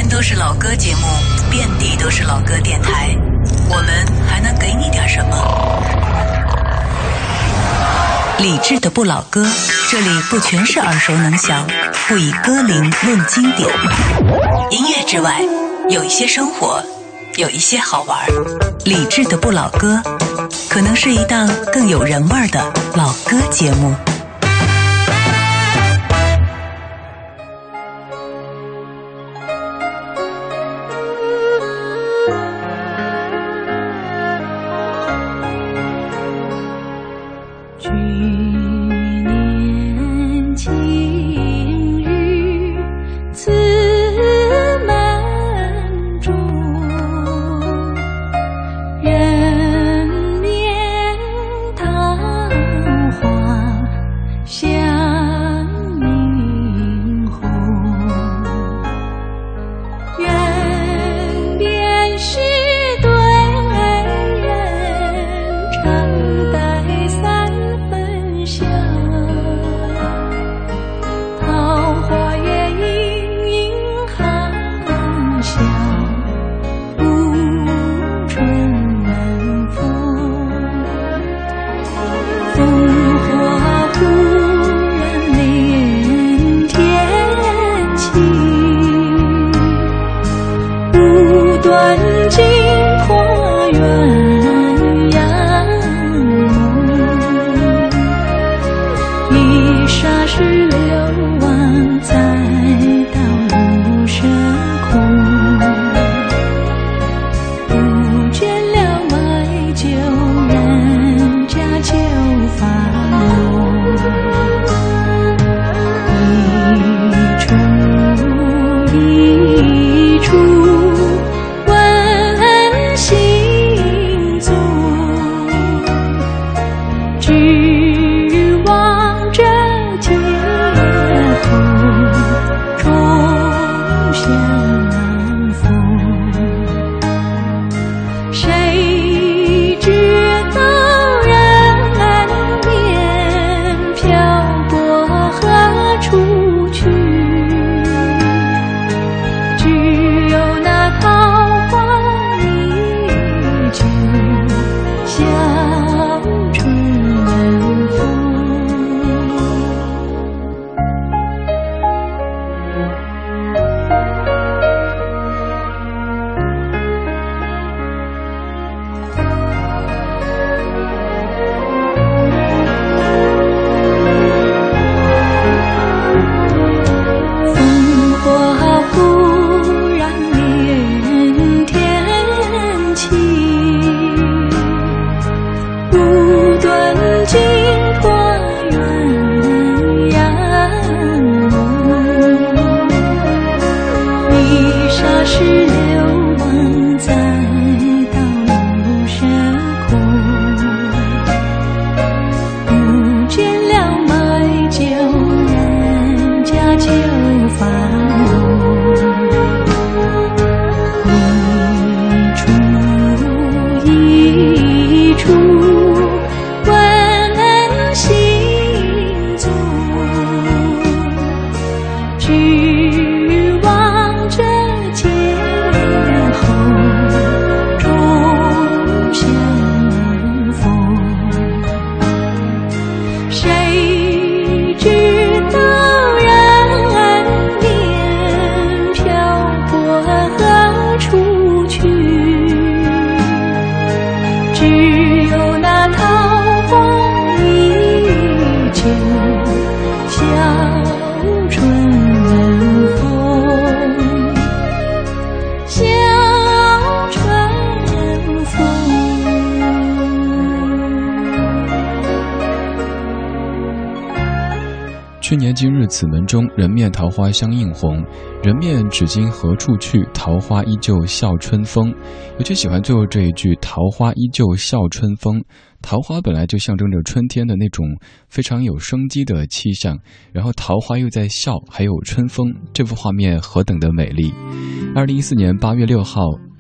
都是老歌节目，遍地都是老歌电台，我们还能给你点什么？理智的不老歌，这里不全是耳熟能详，不以歌龄论经典。音乐之外，有一些生活，有一些好玩。理智的不老歌，可能是一档更有人味的老歌节目。 去年今日此门中，人面桃花相映红。人面只今何处去？桃花依旧笑春风。尤其喜欢最后这一句，桃花依旧笑春风。桃花本来就象征着春天的那种非常有生机的气象，然后桃花又在笑，还有春风，这幅画面何等的美丽。2014年8月6号，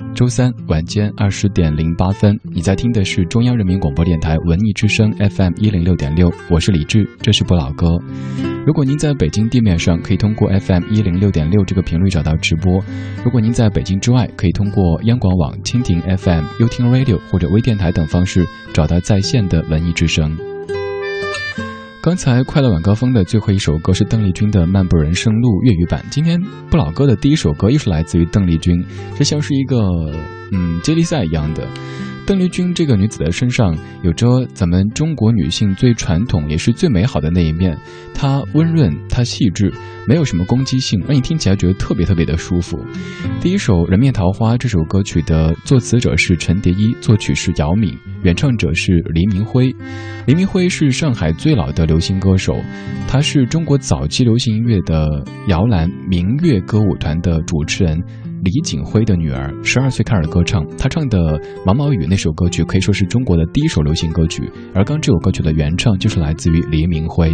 周三晚间20点08分，你在听的是中央人民广播电台文艺之声 FM 106.6，我是李志，这是不老歌。如果您在北京地面上，可以通过 FM 106.6这个频率找到直播；如果您在北京之外，可以通过央广网、蜻蜓 FM、YouTing Radio 或者微电台等方式找到在线的文艺之声。刚才快乐晚高峰的最后一首歌是邓丽君的《漫步人生路》粤语版。今天不老歌的第一首歌又是来自于邓丽君，这像是一个接力赛一样的。邓丽君这个女子的身上有着咱们中国女性最传统也是最美好的那一面，她温润，她细致，没有什么攻击性，让你听起来觉得特别特别的舒服。第一首《人面桃花》这首歌曲的作词者是陈蝶衣，作曲是姚敏，原唱者是黎明辉。黎明辉是上海最老的流行歌手，他是中国早期流行音乐的摇篮明月歌舞团的主持人李景辉的女儿，12岁开始歌唱。她唱的《毛毛雨》那首歌曲可以说是中国的第一首流行歌曲，而刚这首歌曲的原唱就是来自于黎明辉。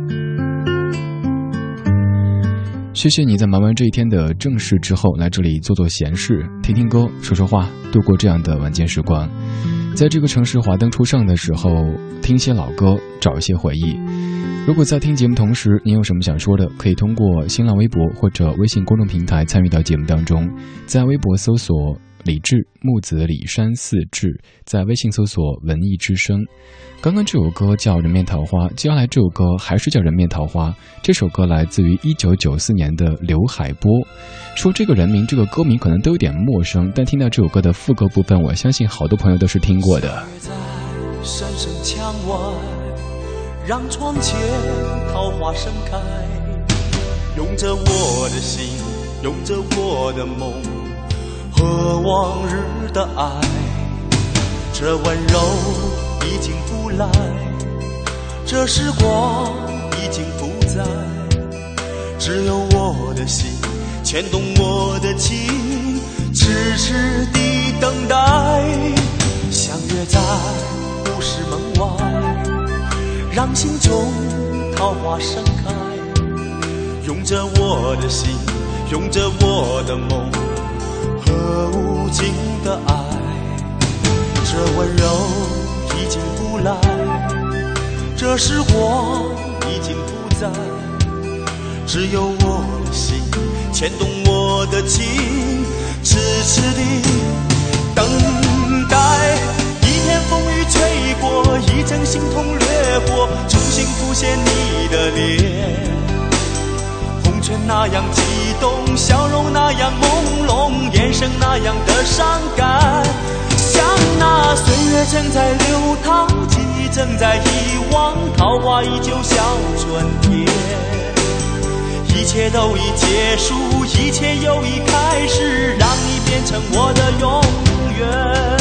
谢谢你在忙完这一天的正事之后来这里做做闲事，听听歌，说说话，度过这样的晚间时光。在这个城市华灯初上的时候，听些老歌，找一些回忆。如果在听节目同时您有什么想说的，可以通过新浪微博或者微信公众平台参与到节目当中。在微博搜索李志，木子李山四志，在微信搜索文艺之声。刚刚这首歌叫人面桃花，接下来这首歌还是叫人面桃花。这首歌来自于1994年的刘海波。说这个人名这个歌名可能都有点陌生，但听到这首歌的副歌部分，我相信好多朋友都是听过的。 在深深墙外，让窗前桃花盛开，用着我的心，用着我的梦和往日的爱，这温柔已经不来，这时光已经不在，只有我的心牵动我的情，痴痴地等待，相约在故事门外，让心中桃花盛开，用着我的心，用着我的梦和无尽的爱，这温柔已经不来，这时光已经不在，只有我的心牵动我的情，痴痴地等待，一片风雨吹过，一阵心痛掠过，重新浮现你的脸，红唇那样激动，笑容那样朦胧，眼神那样的伤感，像那岁月正在流淌，记忆正在遗忘，桃花依旧笑春天，一切都已结束，一切又已开始，让你变成我的永远。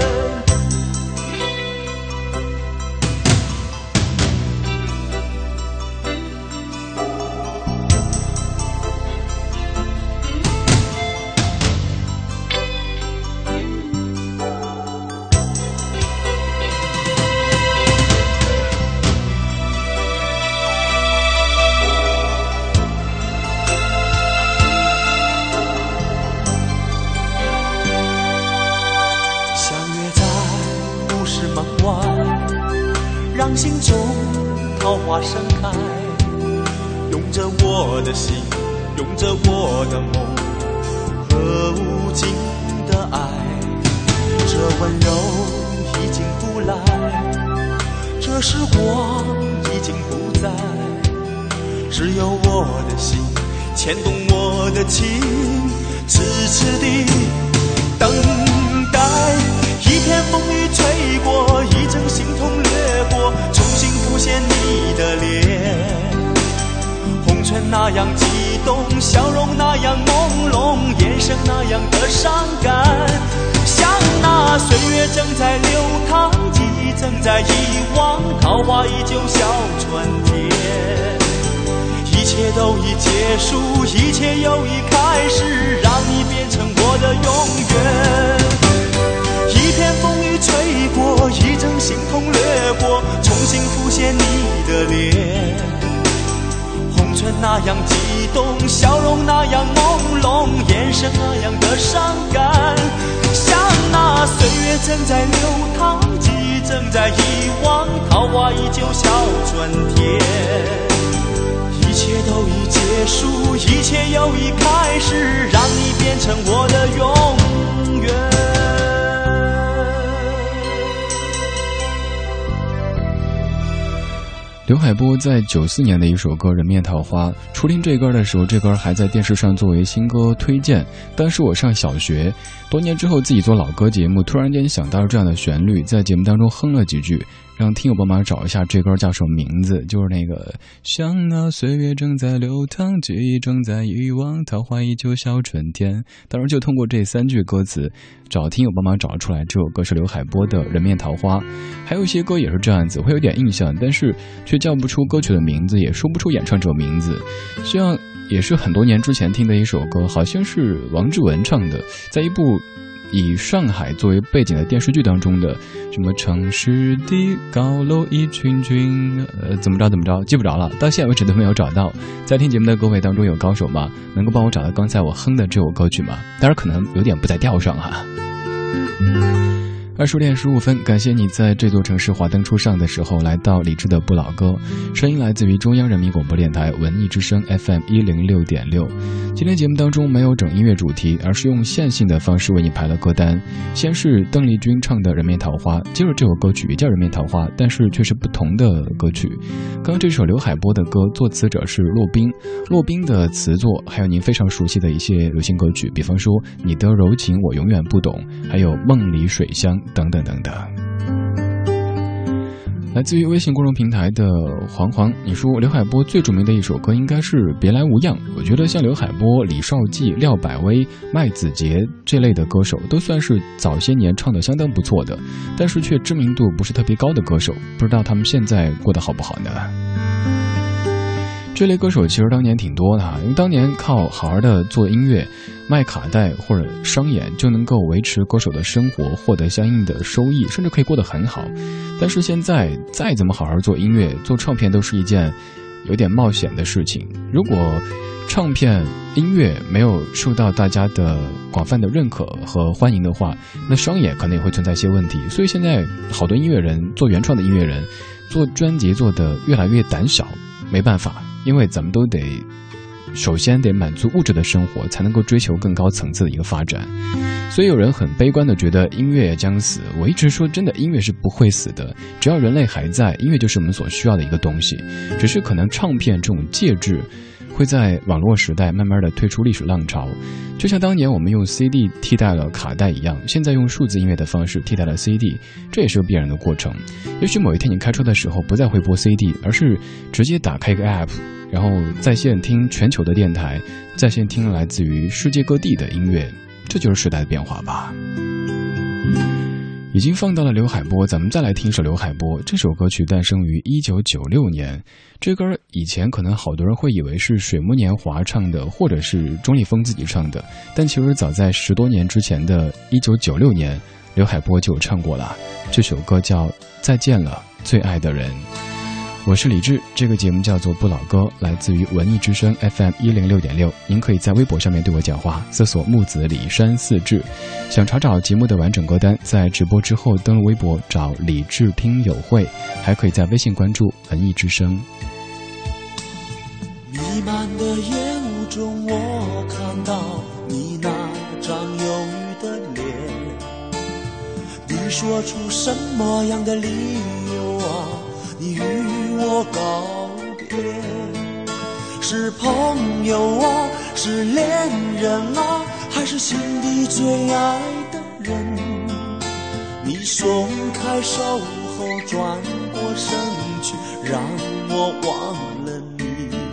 让心中桃花盛开，用着我的心，用着我的梦和无尽的爱，这温柔已经不来，这时光已经不在，只有我的心牵动我的情，痴痴地等待，一片风雨吹过，一阵心痛掠过，重新浮现你的脸，红唇那样激动，笑容那样朦胧，眼神那样的伤感，像那岁月正在流淌，记忆正在遗忘，桃花依旧笑春天，一切都已结束，一切又已开始，让你变成我的永远。一片风雨吹过，一阵心痛掠过，重新浮现你的脸，红唇那样激动，笑容那样朦胧，眼神那样的伤感， 正在流淌，记忆正在遗忘，桃花依旧笑春天。一切都已结束，一切又已开始，让你变成我的永远。 刘海波在94年的一首歌《人面桃花》，初听这歌的时候，这歌还在电视上作为新歌推荐。当时我上小学，多年之后自己做老歌节目，突然间想到这样的旋律，在节目当中哼了几句，让听友帮忙找一下这歌叫什么名字，就是那个像那岁月正在流淌，记忆正在遗忘，桃花依旧笑春天。当时就通过这3句歌词找听友帮忙找出来，这首歌是刘海波的《人面桃花》。还有一些歌也是这样子，会有点印象，但是却叫不出歌曲的名字，也说不出演唱者名字。像也是很多年之前听的一首歌，好像是王志文唱的，在一部以上海作为背景的电视剧当中的什么城市的高楼一群群，怎么着记不着了，到现在为止都没有找到。在听节目的各位当中有高手吗？能够帮我找到刚才我哼的这首歌曲吗？当然可能有点不在调上哈。20点15分，感谢你在这座城市华灯初上的时候来到理智的不老歌，声音来自于中央人民广播电台文艺之声 FM 106.6。今天节目当中没有整音乐主题，而是用线性的方式为你排了歌单。先是邓丽君唱的《人面桃花》，接着这首歌曲也叫《人面桃花》，但是却是不同的歌曲。刚刚这首刘海波的歌，作词者是骆宾，骆宾的词作还有您非常熟悉的一些流行歌曲，比方说你的柔情我永远不懂，还有梦里水乡等等等等。来自于微信公众平台的黄黄，你说刘海波最著名的一首歌应该是《别来无恙》。我觉得像刘海波、李少基、廖百威、麦子杰这类的歌手都算是早些年唱得相当不错的，但是却知名度不是特别高的歌手，不知道他们现在过得好不好呢？这类歌手其实当年挺多的，因为当年靠好好的做音乐，卖卡带或者商演就能够维持歌手的生活，获得相应的收益，甚至可以过得很好。但是现在再怎么好好做音乐、做唱片都是一件有点冒险的事情。如果唱片音乐没有受到大家的广泛的认可和欢迎的话，那商业可能也会存在一些问题。所以现在好多音乐人，做原创的音乐人，做专辑做得越来越胆小，没办法，因为咱们都得首先得满足物质的生活，才能够追求更高层次的一个发展。所以有人很悲观地觉得音乐将死，我一直说真的，音乐是不会死的，只要人类还在，音乐就是我们所需要的一个东西。只是可能唱片这种介质会在网络时代慢慢地退出历史浪潮，就像当年我们用 CD 替代了卡带一样，现在用数字音乐的方式替代了 CD， 这也是个必然的过程。也许某一天你开车的时候不再会播 CD， 而是直接打开一个 App， 然后在线听全球的电台，在线听来自于世界各地的音乐，这就是时代的变化吧。已经放到了刘海波，咱们再来听一首刘海波。这首歌曲诞生于1996年，这歌以前可能好多人会以为是水木年华唱的，或者是钟立风自己唱的，但其实早在10多年之前的1996年，刘海波就唱过了。这首歌叫《再见了，最爱的人》。我是李志，这个节目叫做不老歌，来自于文艺之声 FM 106.6。您可以在微博上面对我讲话，搜索木子李山四志。想查找节目的完整歌单，在直播之后登录微博找李志听友会，还可以在微信关注文艺之声。 弥漫的烟雾中，我看到你那张忧郁的脸，你说出什么样的理由啊？你与我告别，是朋友啊，是恋人啊，还是心底最爱的人？你松开手后转过身去，让我忘了你。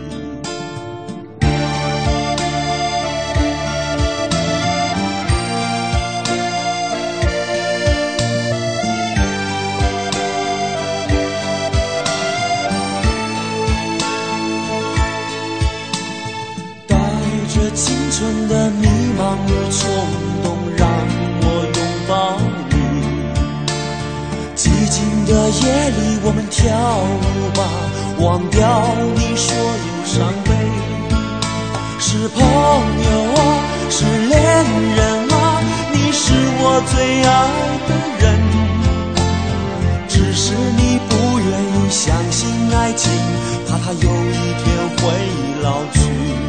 青春的迷茫与冲动让我拥抱你，寂静的夜里我们跳舞吧，忘掉你所有伤悲。是朋友啊，是恋人啊，你是我最爱的人。 他有一天会老去。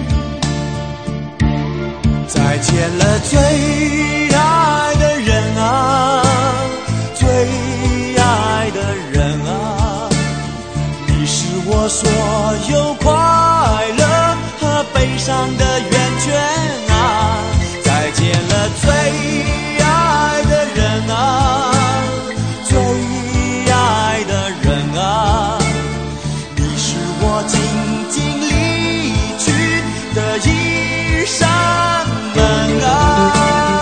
再见了最爱的人啊，最爱的人啊，你是我所有快乐和悲伤的源泉啊。再见了最爱的人啊，最爱的人啊，你是我静静离去的一扇门啊。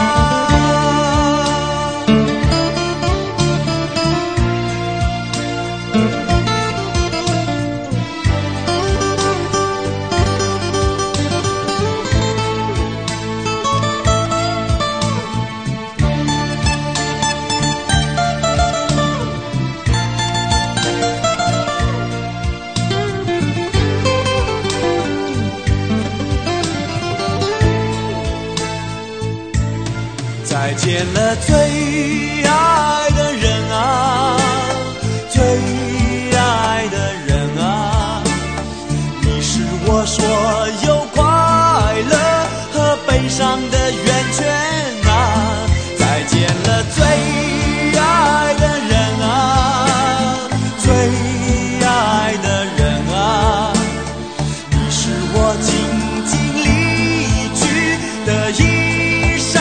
再见了最爱的人啊，最爱的人啊，你是我所有快乐和悲伤的源泉啊。再见了最爱的人啊，最爱的人啊，你是我静静离去的一扇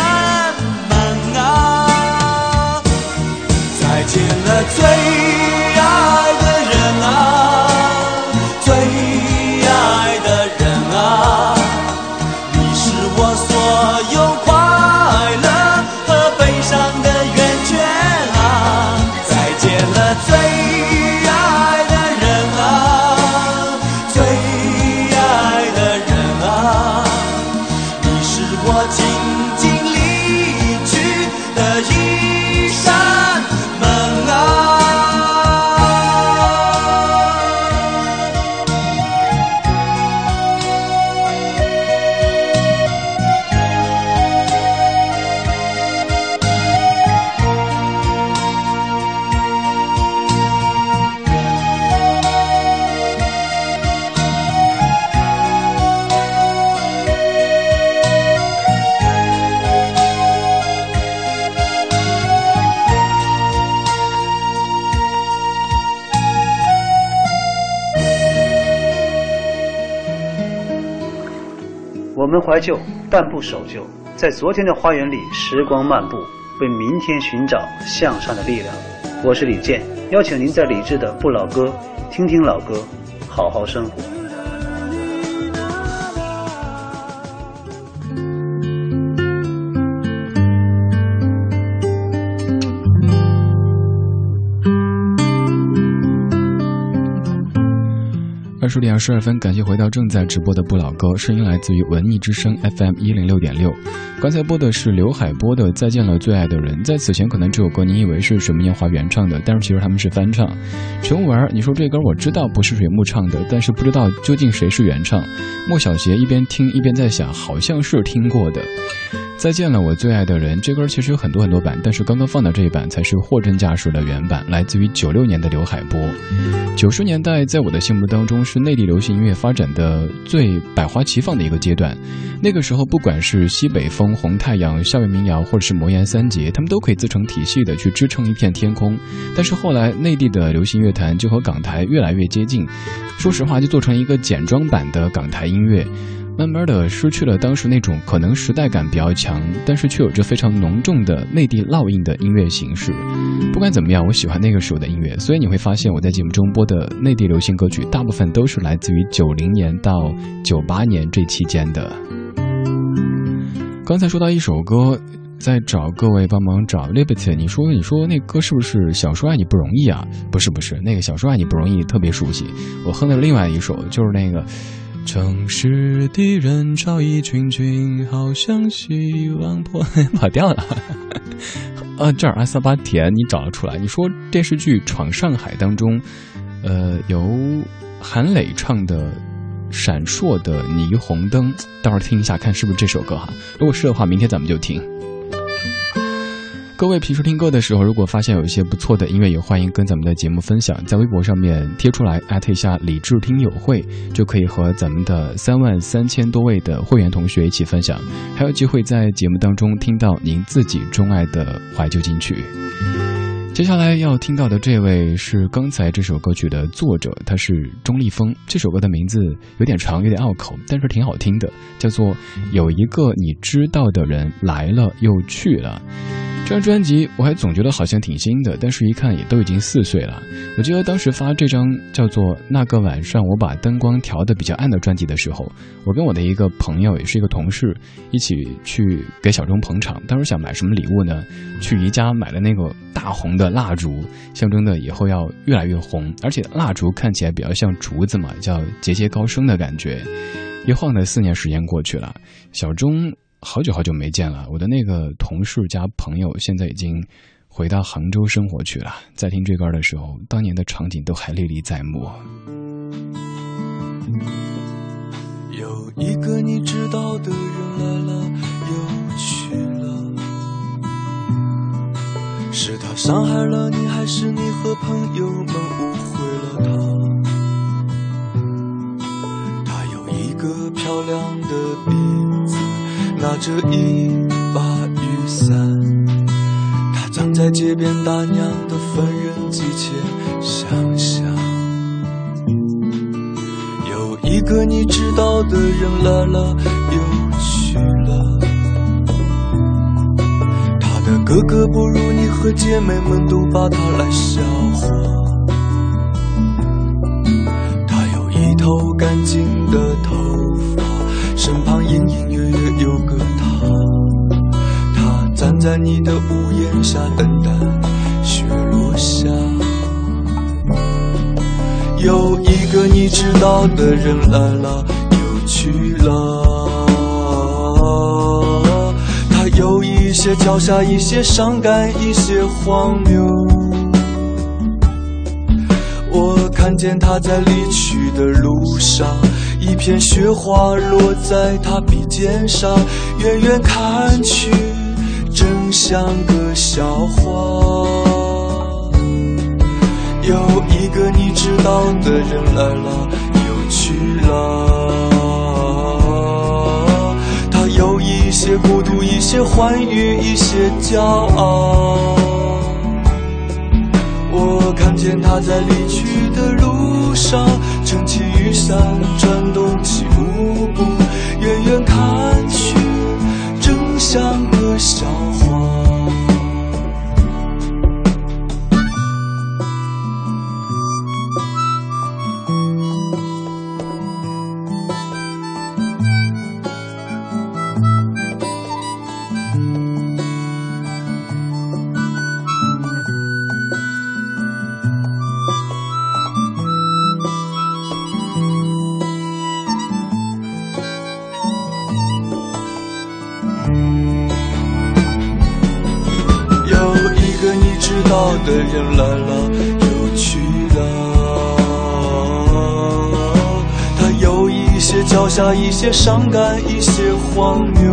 再见了最爱的人啊，最爱的人啊，你是我所有快乐和悲伤的源泉啊。再见了最爱的人啊，最爱的人啊，你是我静静离去的一扇门啊。 我们怀旧，但不守旧，在昨天的花园里时光漫步，为明天寻找向上的力量。我是李健，邀请您在理智的不老歌听听老歌，好好生活。 20点22分，感谢回到正在直播的不老歌，声音来自于文艺之声 FM106.6。刚才播的是刘海波的《再见了最爱的人》，在此前可能这首歌您以为是水木年华原唱的，但是其实他们是翻唱。陈文，你说这歌我知道不是水木唱的，但是不知道究竟谁是原唱。莫小邪一边听一边在想，好像是听过的。再见了我最爱的人，这歌其实有很多版，但是刚刚放到这一版才是货真价实的原版，来自于96年的刘海波。90年代在我的心目当中是内地流行音乐发展的最百花齐放的一个阶段。那个时候不管是西北风、红太阳、校园民谣或者是魔岩三杰，他们都可以自成体系的去支撑一片天空。但是后来内地的流行乐坛就和港台越来越接近，说实话就做成一个简装版的港台音乐，慢慢的失去了当时那种可能时代感比较强，但是却有着非常浓重的内地烙印的音乐形式。不管怎么样，我喜欢那个时候的音乐，所以你会发现我在节目中播的内地流行歌曲大部分都是来自于90年到98年这期间的。刚才说到一首歌，在找各位帮忙找 Liberty， 你说那歌是不是小说爱你不容易啊？不是，那个小说爱你不容易特别熟悉，我哼的另外一首就是那个城市的人潮一群群，好像希望破跑掉了。这儿阿萨巴甜你找了出来。你说电视剧《闯上海》当中，由韩磊唱的闪烁的霓虹灯，待会儿听一下看是不是这首歌哈。如果是的话，明天咱们就听。 各位平时听歌的时候，如果发现有一些不错的音乐，也欢迎跟咱们的节目分享，在微博上面贴出来，艾特一下理智听友会，就可以和咱们的33000多位的会员同学一起分享，还有机会在节目当中听到您自己钟爱的怀旧金曲。接下来要听到的这位是刚才这首歌曲的作者，他是钟立风。这首歌的名字有点长，有点拗口，但是挺好听的，叫做《有一个你知道的人来了又去了》。这张专辑我还总觉得好像挺新的，但是一看也都已经4岁了。我记得当时发这张叫做《那个晚上我把灯光调得比较暗》的专辑的时候，我跟我的一个朋友，也是一个同事，一起去给小钟捧场。当时想买什么礼物呢？去宜家买了那个大红的蜡烛，象征的以后要越来越红，而且蜡烛看起来比较像竹子嘛，叫节节高升的感觉。一晃的4年时间过去了，小钟好久好久没见了，我的那个同事加朋友现在已经回到杭州生活去了。在听这歌的时候，当年的场景都还历历在目。 有一个你知道的人来了又去了，是他伤害了你，还是你和朋友们误会了他？他有一个漂亮的鼻子，拿着一把雨伞，他站在街边大娘的缝纫机前想想。有一个你知道的人来了又去了，他的哥哥不如你，和姐妹们都把他来笑话。他有一头干净的头发，身旁隐隐约约有个他站在你的屋檐下等待雪落下。有一个你知道的人来了又去了，他有一些脚下，一些伤感，一些荒谬。我看见他在离去的路上，一片雪花落在他鼻尖上，远远看去真像个笑话。有一个你知道的人来了又去了，他有一些孤独，一些欢愉，一些骄傲。我看见他在离去的路上，撑起雨伞，转动起舞步，远远看去正像个笑话。的人来了又去了，他有一些脚下，一些伤感，一些荒谬。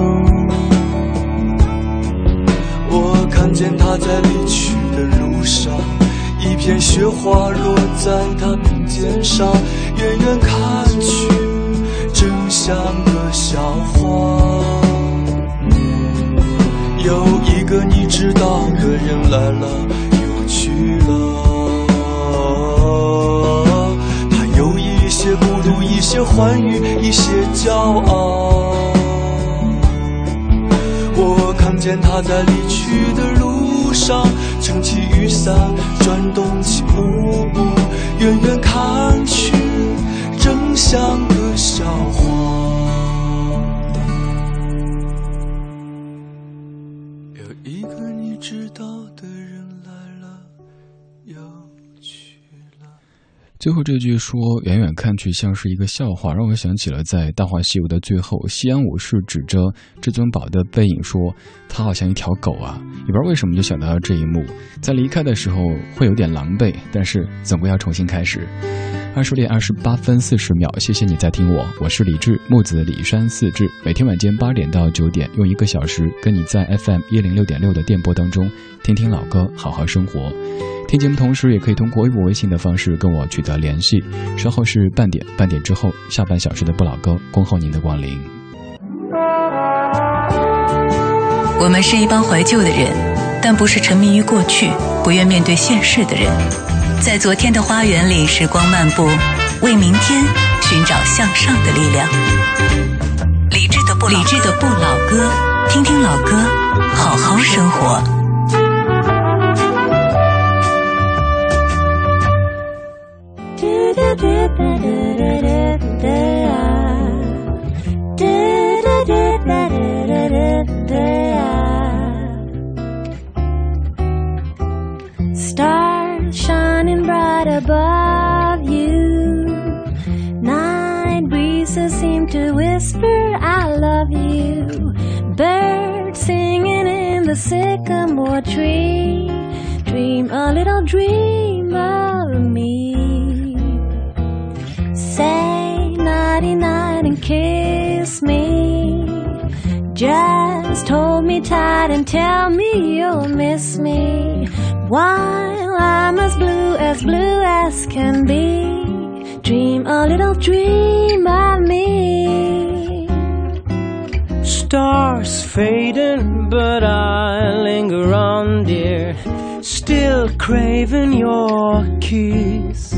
我看见他在离去的路上，一片雪花落在他鼻尖上，远远看去真像个笑话。有一个你知道的人来了又去了，他有一些孤独，一些欢愉，一些骄傲。我看见他在离去的路上，撑起雨伞，转动起舞步，远远看去正像个笑话。一个你知道的人来了又去了。 最后这句说远远看去像是一个笑话，让我想起了在《大话西游》的最后，西安武士指着至尊宝的背影说他好像一条狗啊，也不知道为什么就想到了这一幕。在离开的时候会有点狼狈，但是总归要重新开始。20点28分40秒，谢谢你在听我是李志，木子李山四志，每天晚间8点到9点，用1个小时跟你在 FM 106.6的电波当中听听老歌，好好生活。听节目同时也可以通过微博微信的方式跟我取得联系。稍后是半点之后下半小时的不老歌，恭候您的光临。 我们是一帮怀旧的人，但不是沉迷于过去不愿面对现实的人。在昨天的花园里时光漫步，为明天寻找向上的力量。理智的不老歌，听听老歌，好好生活。 Stars shining bright above you, night breezes seem to whisper I love you, birds singing in the sycamore tree, dream a little dream of me. Say nighty-night and kiss me, just hold me tight and tell me you'll miss me, while I'm as blue as can be, dream a little dream of me. Stars fading, but I linger on, dear, still craving your kiss.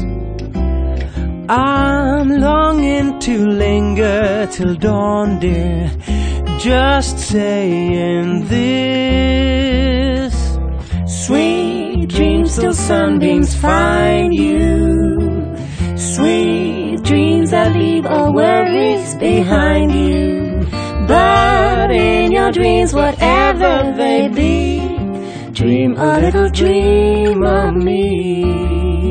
I'm longing to linger till dawn, dear, just saying this. Sweet dreams till sunbeams find you, sweet dreams that leave all worries behind you. But in your dreams, whatever they be, dream a little dream of me.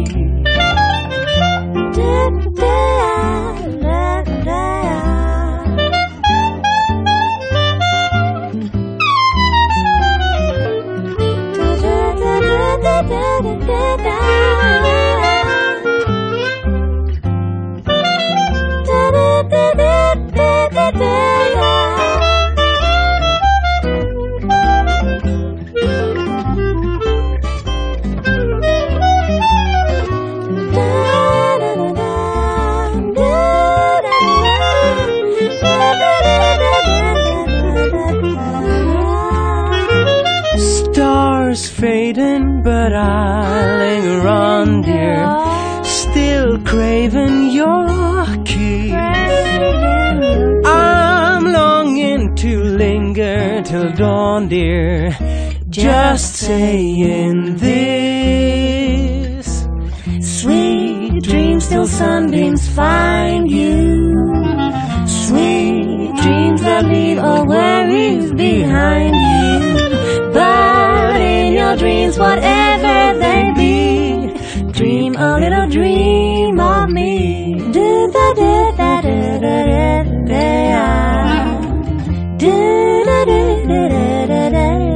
Stars fading, but I linger on, dear, still craving your kiss. I'm longing to linger till dawn, dear, just saying this. Sweet dreams till sunbeams find you, sweet dreams that leave all worries behind you. But in your dreams, whatever they be, dream a little dream of me. Do da da da da da da da, do da da da da da da.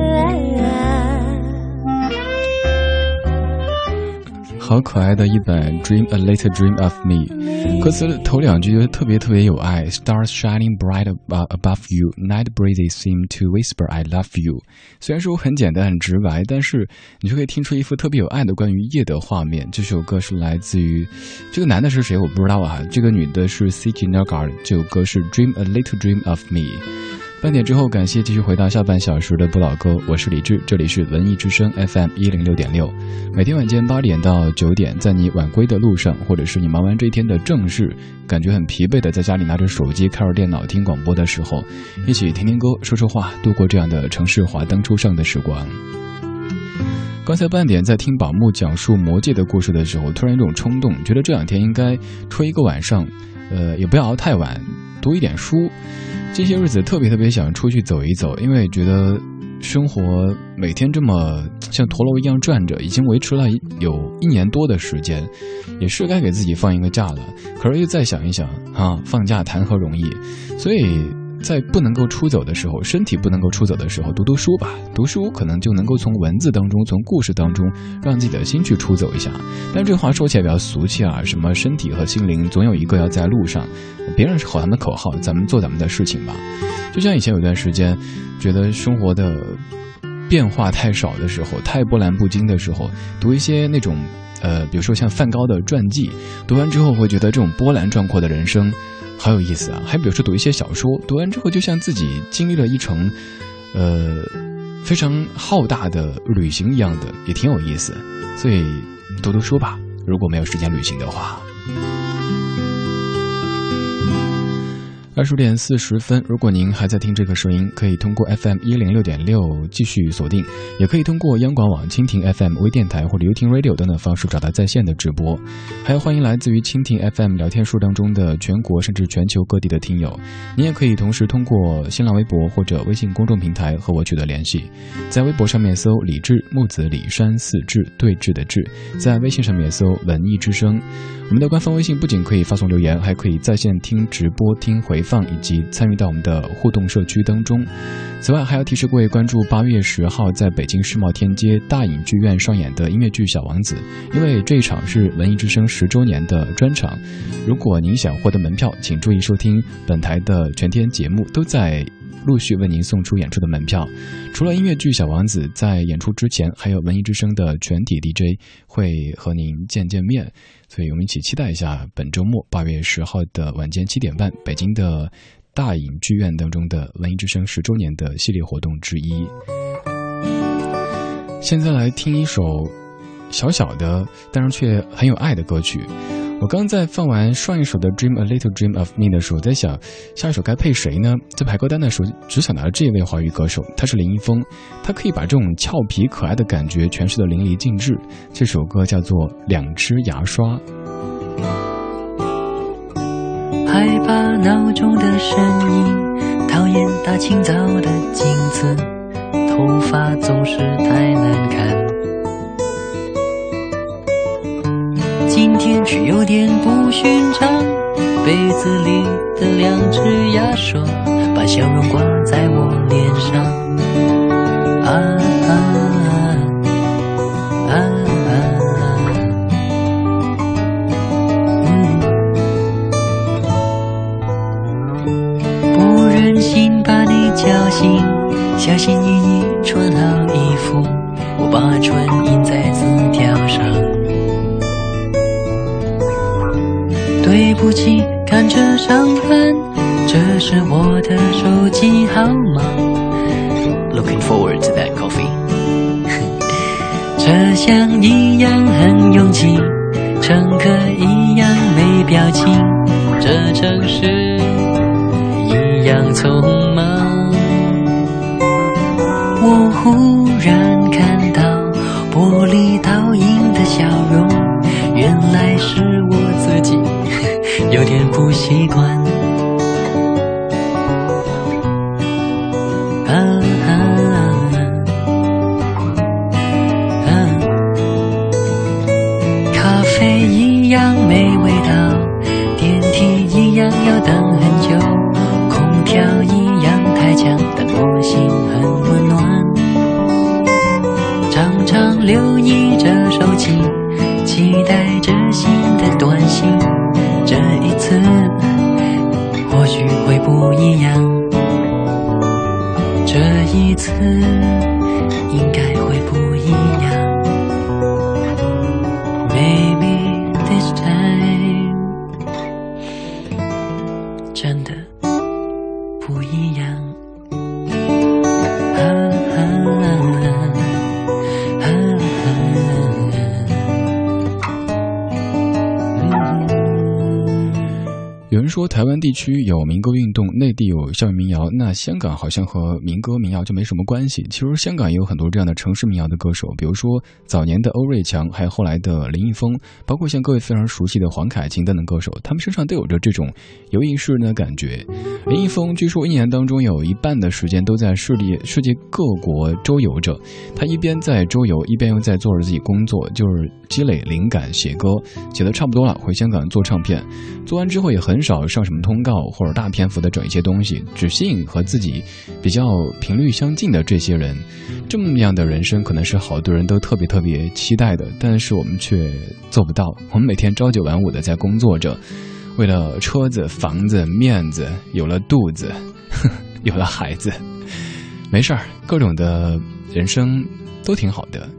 好可爱的一版 Dream a Little Dream of Me， 歌词头两句就特别有爱。 Stars shining bright above you, night breezes seem to whisper I love you。 虽然说很简单很直白，但是你就可以听出一幅特别有爱的关于夜的画面。这首歌是来自于这个男的是谁我不知道啊，这个女的是 C.G. Nagard， 这首歌是 Dream a Little Dream of Me。半点之后，感谢继续回到下半小时的不老歌，我是李志，这里是文艺之声 FM 106.6，每天晚间8点到9点，在你晚归的路上，或者是你忙完这一天的正事，感觉很疲惫的在家里拿着手机开着电脑听广播的时候，一起听听歌说说话，度过这样的城市华灯初上的时光。刚才半点在听宝木讲述魔戒的故事的时候，突然有种冲动，觉得这两天应该吹一个晚上也不要熬太晚，读一点书。这些日子特别想出去走一走，因为觉得生活每天这么像陀螺一样转着，已经维持了有1年多的时间，也是该给自己放一个假了。可是又再想一想放假谈何容易，所以在不能够出走的时候，身体不能够出走的时候，读读书吧。读书可能就能够从文字当中，从故事当中让自己的心去出走一下。但这话说起来比较俗气啊，什么身体和心灵总有一个要在路上，别人吼他们的口号，咱们做咱们的事情吧。就像以前有段时间觉得生活的变化太少的时候，太波澜不惊的时候，读一些那种比如说像梵高的传记，读完之后会觉得这种波澜壮阔的人生好有意思啊。还比如说读一些小说，读完之后就像自己经历了一程非常浩大的旅行一样的，也挺有意思。所以读读书吧，如果没有时间旅行的话。20点40分，如果您还在听这个声音，可以通过 FM 106.6继续锁定，也可以通过央广网、蜻蜓 FM 微电台或者 YouTing Radio 等等方式找到在线的直播。还有欢迎来自于蜻蜓 FM 聊天数当中的全国甚至全球各地的听友，您也可以同时通过新浪微博或者微信公众平台和我取得联系。在微博上面搜李志，木子李山四志对峙的志，在微信上面搜文艺之声。我们的官方微信不仅可以发送留言，还可以在线听直播、听回放以及参与到我们的互动社区当中。此外还要提示各位关注8月10号在北京世贸天阶大影剧院上演的音乐剧《小王子》，因为这一场是文艺之声10周年的专场。如果您想获得门票，请注意收听本台的全天节目，都在陆续为您送出演出的门票。除了音乐剧《小王子》，在演出之前还有文艺之声的全体 DJ 会和您见面，所以我们一起期待一下本周末8月10号的晚间7点半，北京的大影剧院当中的文艺之声10周年的系列活动之一。现在来听一首小小的但是却很有爱的歌曲。我刚在放完上一首的 Dream a Little Dream of Me 的时候，在想下一首该配谁呢？在排歌单的时候只想到了这位华语歌手，他是林一峰，他可以把这种俏皮可爱的感觉诠释得淋漓尽致。这首歌叫做2支牙刷。 害怕闹钟的声音，讨厌大清早的镜子，头发总是太难看，今天却有点不寻常，杯子里的2支牙刷把笑容挂在我脸上。不忍心把你叫醒，小心翼翼穿好衣服，我把唇印在字条上。对不起，看着上班，这是我的手机号码。Looking forward to that coffee 车厢一样很拥挤，乘客一样没表情，这城市一样匆忙。我忽然看到玻璃倒映的笑容，原来是我自己有点不习惯。咖啡一样没味道，电梯一样要等很久，空调一样太强，但我心很温暖。常常留意着手机，期待着新的短信，这一次或许会不一样，这一次应该会不一样。 Maybe this time 真的不一样。 有人人说台湾地区有民歌运动，内地有校园民谣，那香港好像和民歌民谣就没什么关系。其实香港也有很多这样的城市民谣的歌手，比如说早年的欧瑞强，还有后来的林一峰，包括像各位非常熟悉的黄凯芹等等歌手，他们身上都有着这种游吟诗人的感觉。林一峰据说一年当中有一半的时间都在世界各国周游着，他一边在周游，一边又在做着自己工作，就是积累灵感，写歌，写得差不多了，回香港做唱片。做完之后也很少上什么通告或者大篇幅的整一些东西，只吸引和自己比较频率相近的这些人。这么样的人生可能是好多人都特别期待的，但是我们却做不到。我们每天朝九晚五的在工作着，为了车子、房子、面子，有了肚子，有了孩子，没事儿，各种的人生都挺好的。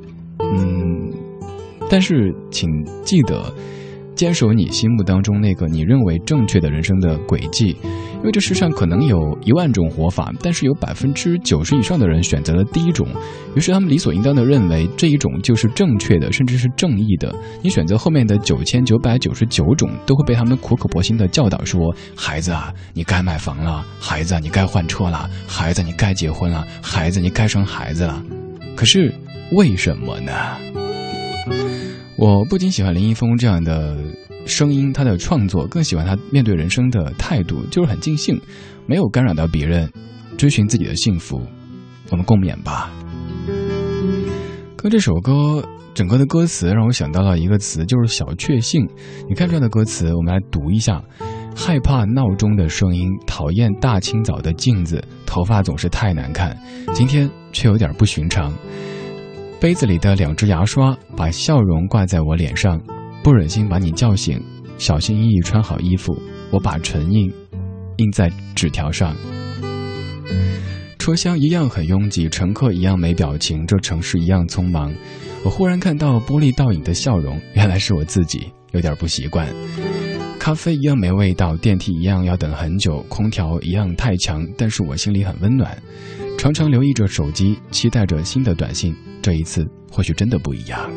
但是请记得坚守你心目当中那个你认为正确的人生的轨迹，因为这世上可能有10000种活法，但是有90%以上的人选择了第一种，于是他们理所应当的认为这一种就是正确的，甚至是正义的。你选择后面的9999种，都会被他们苦口婆心的教导说：孩子啊，你该买房了；孩子啊，你该换车了；孩子，你该结婚了；孩子，你该生孩子了。可是为什么呢？我不仅喜欢林一峰这样的声音，他的创作，更喜欢他面对人生的态度，就是很尽兴，没有干扰到别人，追寻自己的幸福。我们共勉吧。跟这首歌整个的歌词让我想到了一个词，就是小确幸。你看这样的歌词，我们来读一下：害怕闹钟的声音，讨厌大清早的镜子，头发总是太难看，今天却有点不寻常。杯子里的2支牙刷把笑容挂在我脸上，不忍心把你叫醒，小心翼翼穿好衣服，我把唇印在纸条上。车厢一样很拥挤，乘客一样没表情，这城市一样匆忙。我忽然看到玻璃倒影的笑容，原来是我自己，有点不习惯。咖啡一样没味道，电梯一样要等很久，空调一样太强，但是我心里很温暖。常常留意着手机，期待着新的短信，这一次或许真的不一样。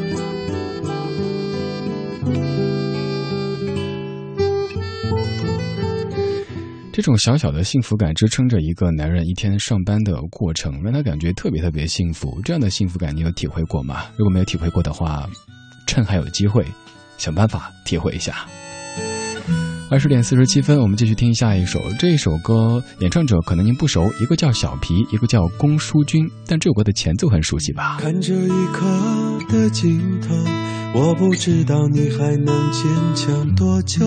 这种小小的幸福感支撑着一个男人一天上班的过程，让他感觉特别幸福。这样的幸福感你有体会过吗？如果没有体会过的话，趁还有机会想办法体会一下。20点47分，我们继续听下一首。这一首歌演唱者可能您不熟，一个叫小皮，一个叫龚淑君，但这首歌的前奏很熟悉吧？ 看着一刻的尽头，我不知道你还能坚强多久。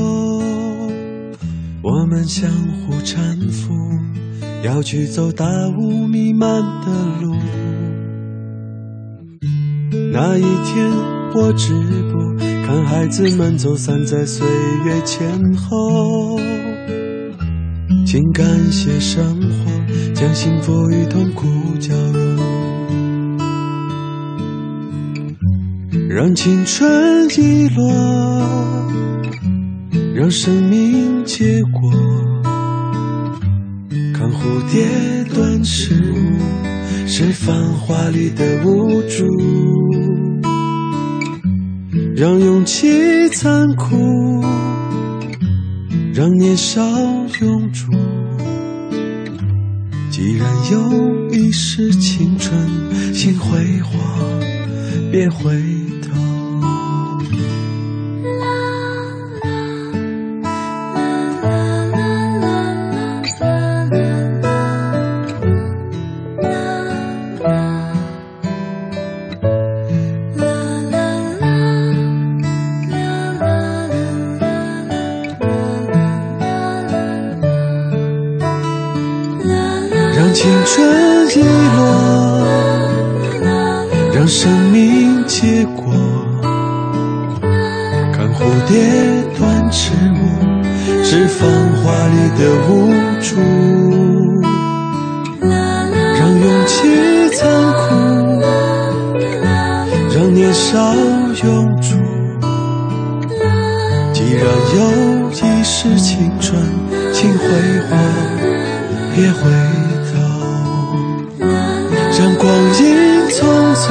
我们相互搀扶，要去走大雾弥漫的路。那一天我止步，看孩子们走散在岁月前后，请感谢生活将幸福与痛苦交融，让青春遗落，让生命结果，看蝴蝶断翅舞，是繁华里的无助，让勇气残酷，让年少永驻。既然有一世青春，请辉煌，别回头。青春遗落，让生命结果，看蝴蝶断翅舞，是繁华里的无助，让勇气残酷，让年少永驻。既然有一世青春，请辉煌，别回头。让光阴匆匆，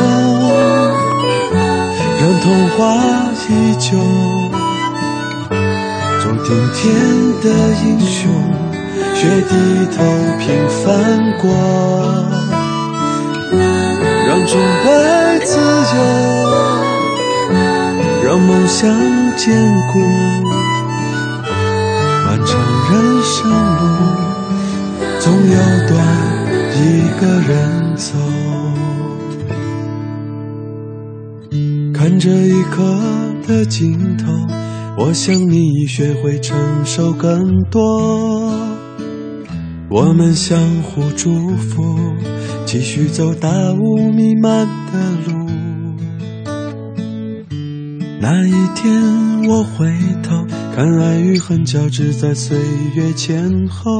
让童话依旧，总今天的英雄却低头平凡过，让崇拜自由，让梦想坚固，漫长人生路总有段一个人走，看着一刻的尽头，我想你已学会承受更多，我们相互祝福，继续走大雾弥漫的路。那一天我回头看爱与恨交织在岁月前后，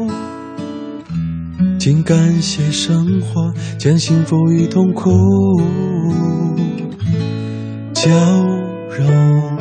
请感谢生活将幸福与痛苦交融。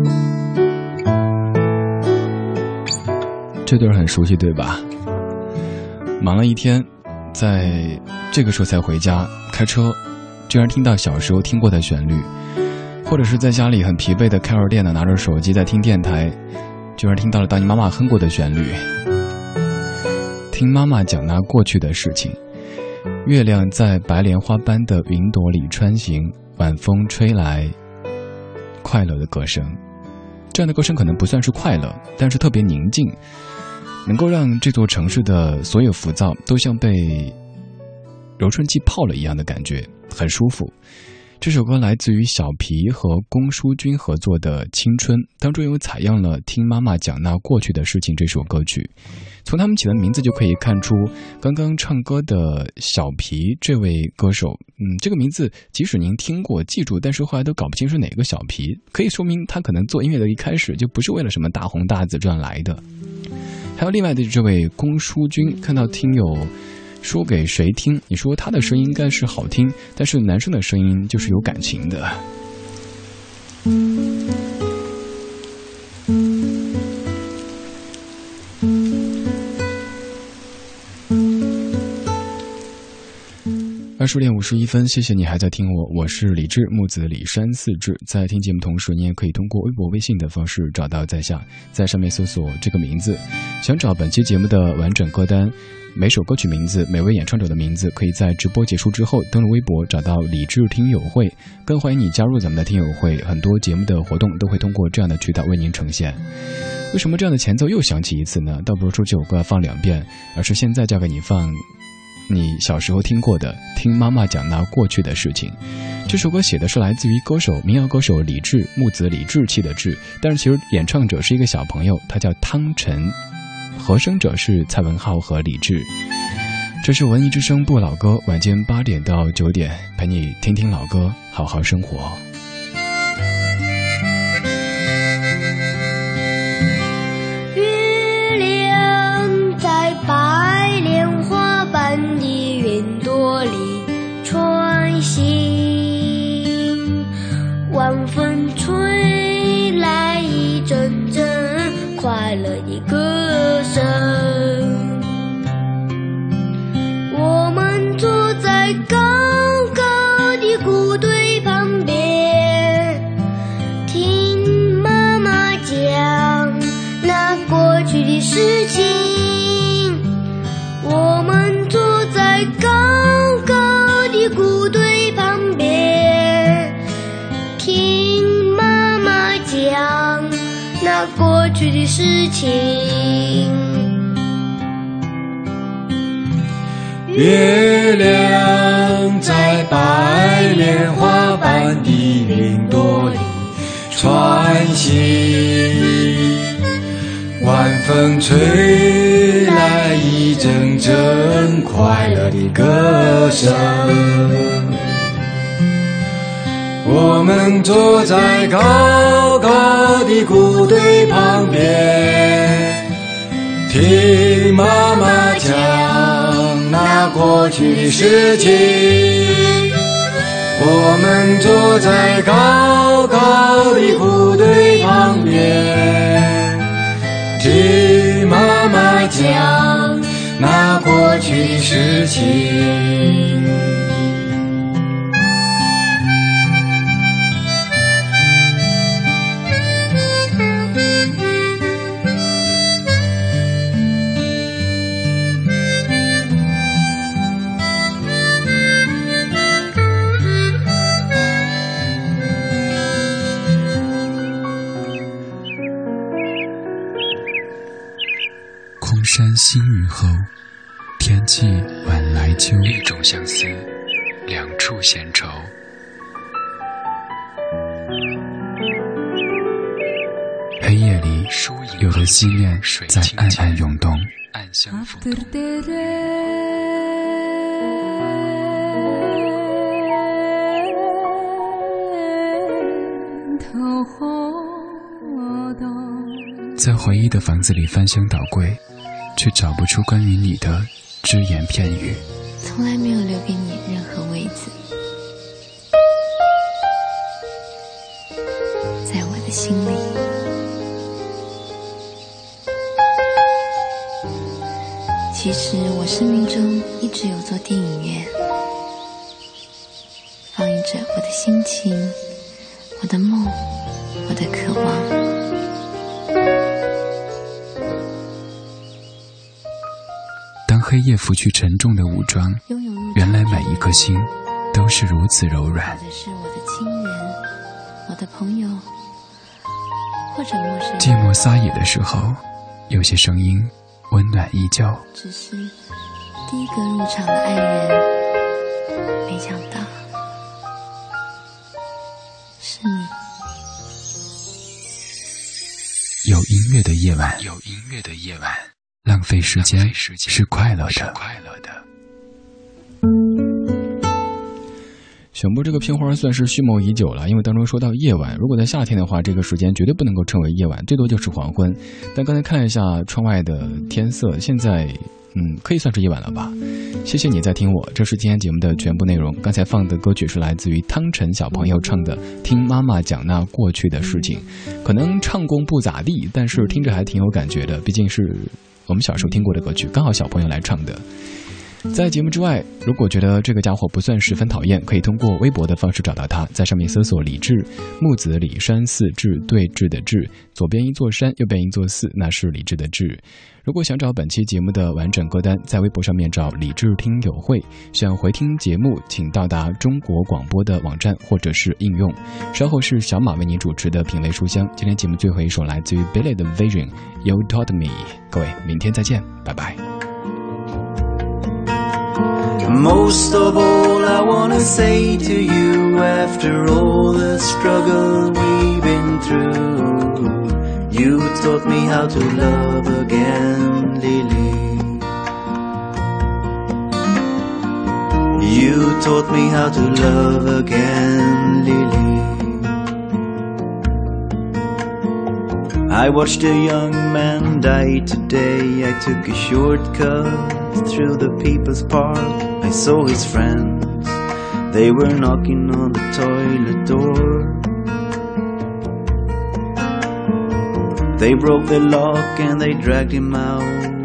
这段很熟悉对吧？忙了一天，在这个时候才回家，开车居然听到小时候听过的旋律，或者是在家里很疲惫的开着电脑拿着手机在听电台，居然听到了当你妈妈哼过的旋律，听妈妈讲那过去的事情。月亮在白莲花般的云朵里穿行，晚风吹来快乐的歌声。这样的歌声可能不算是快乐，但是特别宁静，能够让这座城市的所有浮躁都像被柔顺剂泡了一样的感觉，很舒服。这首歌来自于小皮和龚淑君合作的《青春》，当中有采样了《听妈妈讲那过去的事情》这首歌曲。从他们起的名字就可以看出，刚刚唱歌的小皮这位歌手，这个名字即使您听过记住，但是后来都搞不清是哪个小皮，可以说明他可能做音乐的一开始就不是为了什么大红大紫赚来的。还有另外的这位龚淑君，看到听友说给谁听，你说他的声音应该是好听，但是男生的声音就是有感情的。20点51分，谢谢你还在听我是李志，木子李山四志。在听节目同时，你也可以通过微博微信的方式找到在下，在上面搜索这个名字。想找本期节目的完整歌单，每首歌曲名字，每位演唱者的名字，可以在直播结束之后登录微博找到李志听友会，更欢迎你加入咱们的听友会，很多节目的活动都会通过这样的渠道为您呈现。为什么这样的前奏又响起一次呢？倒不是说这首歌要放2遍，而是现在就要给你放你小时候听过的，听妈妈讲那过去的事情。这首歌写的是来自于民谣歌手李志，木子李志气的志，但是其实演唱者是一个小朋友，他叫汤晨，和声者是蔡文浩和李志。这是文艺之声不老歌，晚间8点到9点，陪你听听老歌，好好生活。 月亮在白莲花般的云朵里穿行，晚风吹来一阵阵快乐的歌声，我们坐在高高的谷堆旁边，听妈妈讲那过去的事情，我们坐在高高的谷堆旁边，听妈妈讲那过去的事情。 月亮在白莲花般的云朵里穿行，晚风吹来一阵阵快乐的歌声，我们坐在高高的谷堆旁边，听妈妈讲那过去的事情，我们坐在高高的谷堆旁边，听妈妈讲那过去的事情。 心雨后，天气晚来秋。一种相思，两处闲愁。黑夜里，有的思念在暗暗涌动，暗香浮动。在回忆的房子里翻箱倒柜，却找不出关于你的只言片语， 从来没有留给你任何位子，在我的心里。其实我生命中一直有座电影院，放映着我的心情，我的梦，我的渴望。 当黑夜拂去沉重的武装，原来每一颗心都是如此柔软。 或者是我的亲人，我的朋友，或者陌生人。 寂寞撒野的时候，有些声音温暖依旧。 只是第一个入场的爱人，没想到是你。 有音乐的夜晚，浪费时间是快乐的。选播这个片花算是蓄谋已久了，因为当中说到夜晚，如果在夏天的话，这个时间绝对不能够称为夜晚，最多就是黄昏。但刚才看了一下窗外的天色，现在可以算是夜晚了吧。谢谢你在听我，这是今天节目的全部内容。刚才放的歌曲是来自于汤臣小朋友唱的《听妈妈讲那过去的事情》，可能唱功不咋地，但是听着还挺有感觉的，毕竟是我们小时候听过的歌曲，刚好小朋友来唱的。在节目之外，如果觉得这个家伙不算十分讨厌，可以通过微博的方式找到他，在上面搜索李志，木子李山寺志，对峙的志，左边一座山，右边一座寺，那是李志的志。如果想找本期节目的完整歌单，在微博上面找李志听友会，想回听节目请到达中国广播的网站或者是应用。稍后是小马为你主持的品味书香，今天节目最后一首来自于 Billy 的 Vision You Taught Me。 各位明天再见，拜拜。 Most of all I wanna say to you, after all the struggle we've been through, you taught me how to love again, Lily. You taught me how to love again, Lily. I watched a young man die today. I took a shortcut through the People's Park. I saw his friends, they were knocking on the toilet door. They broke the lock and they dragged him out.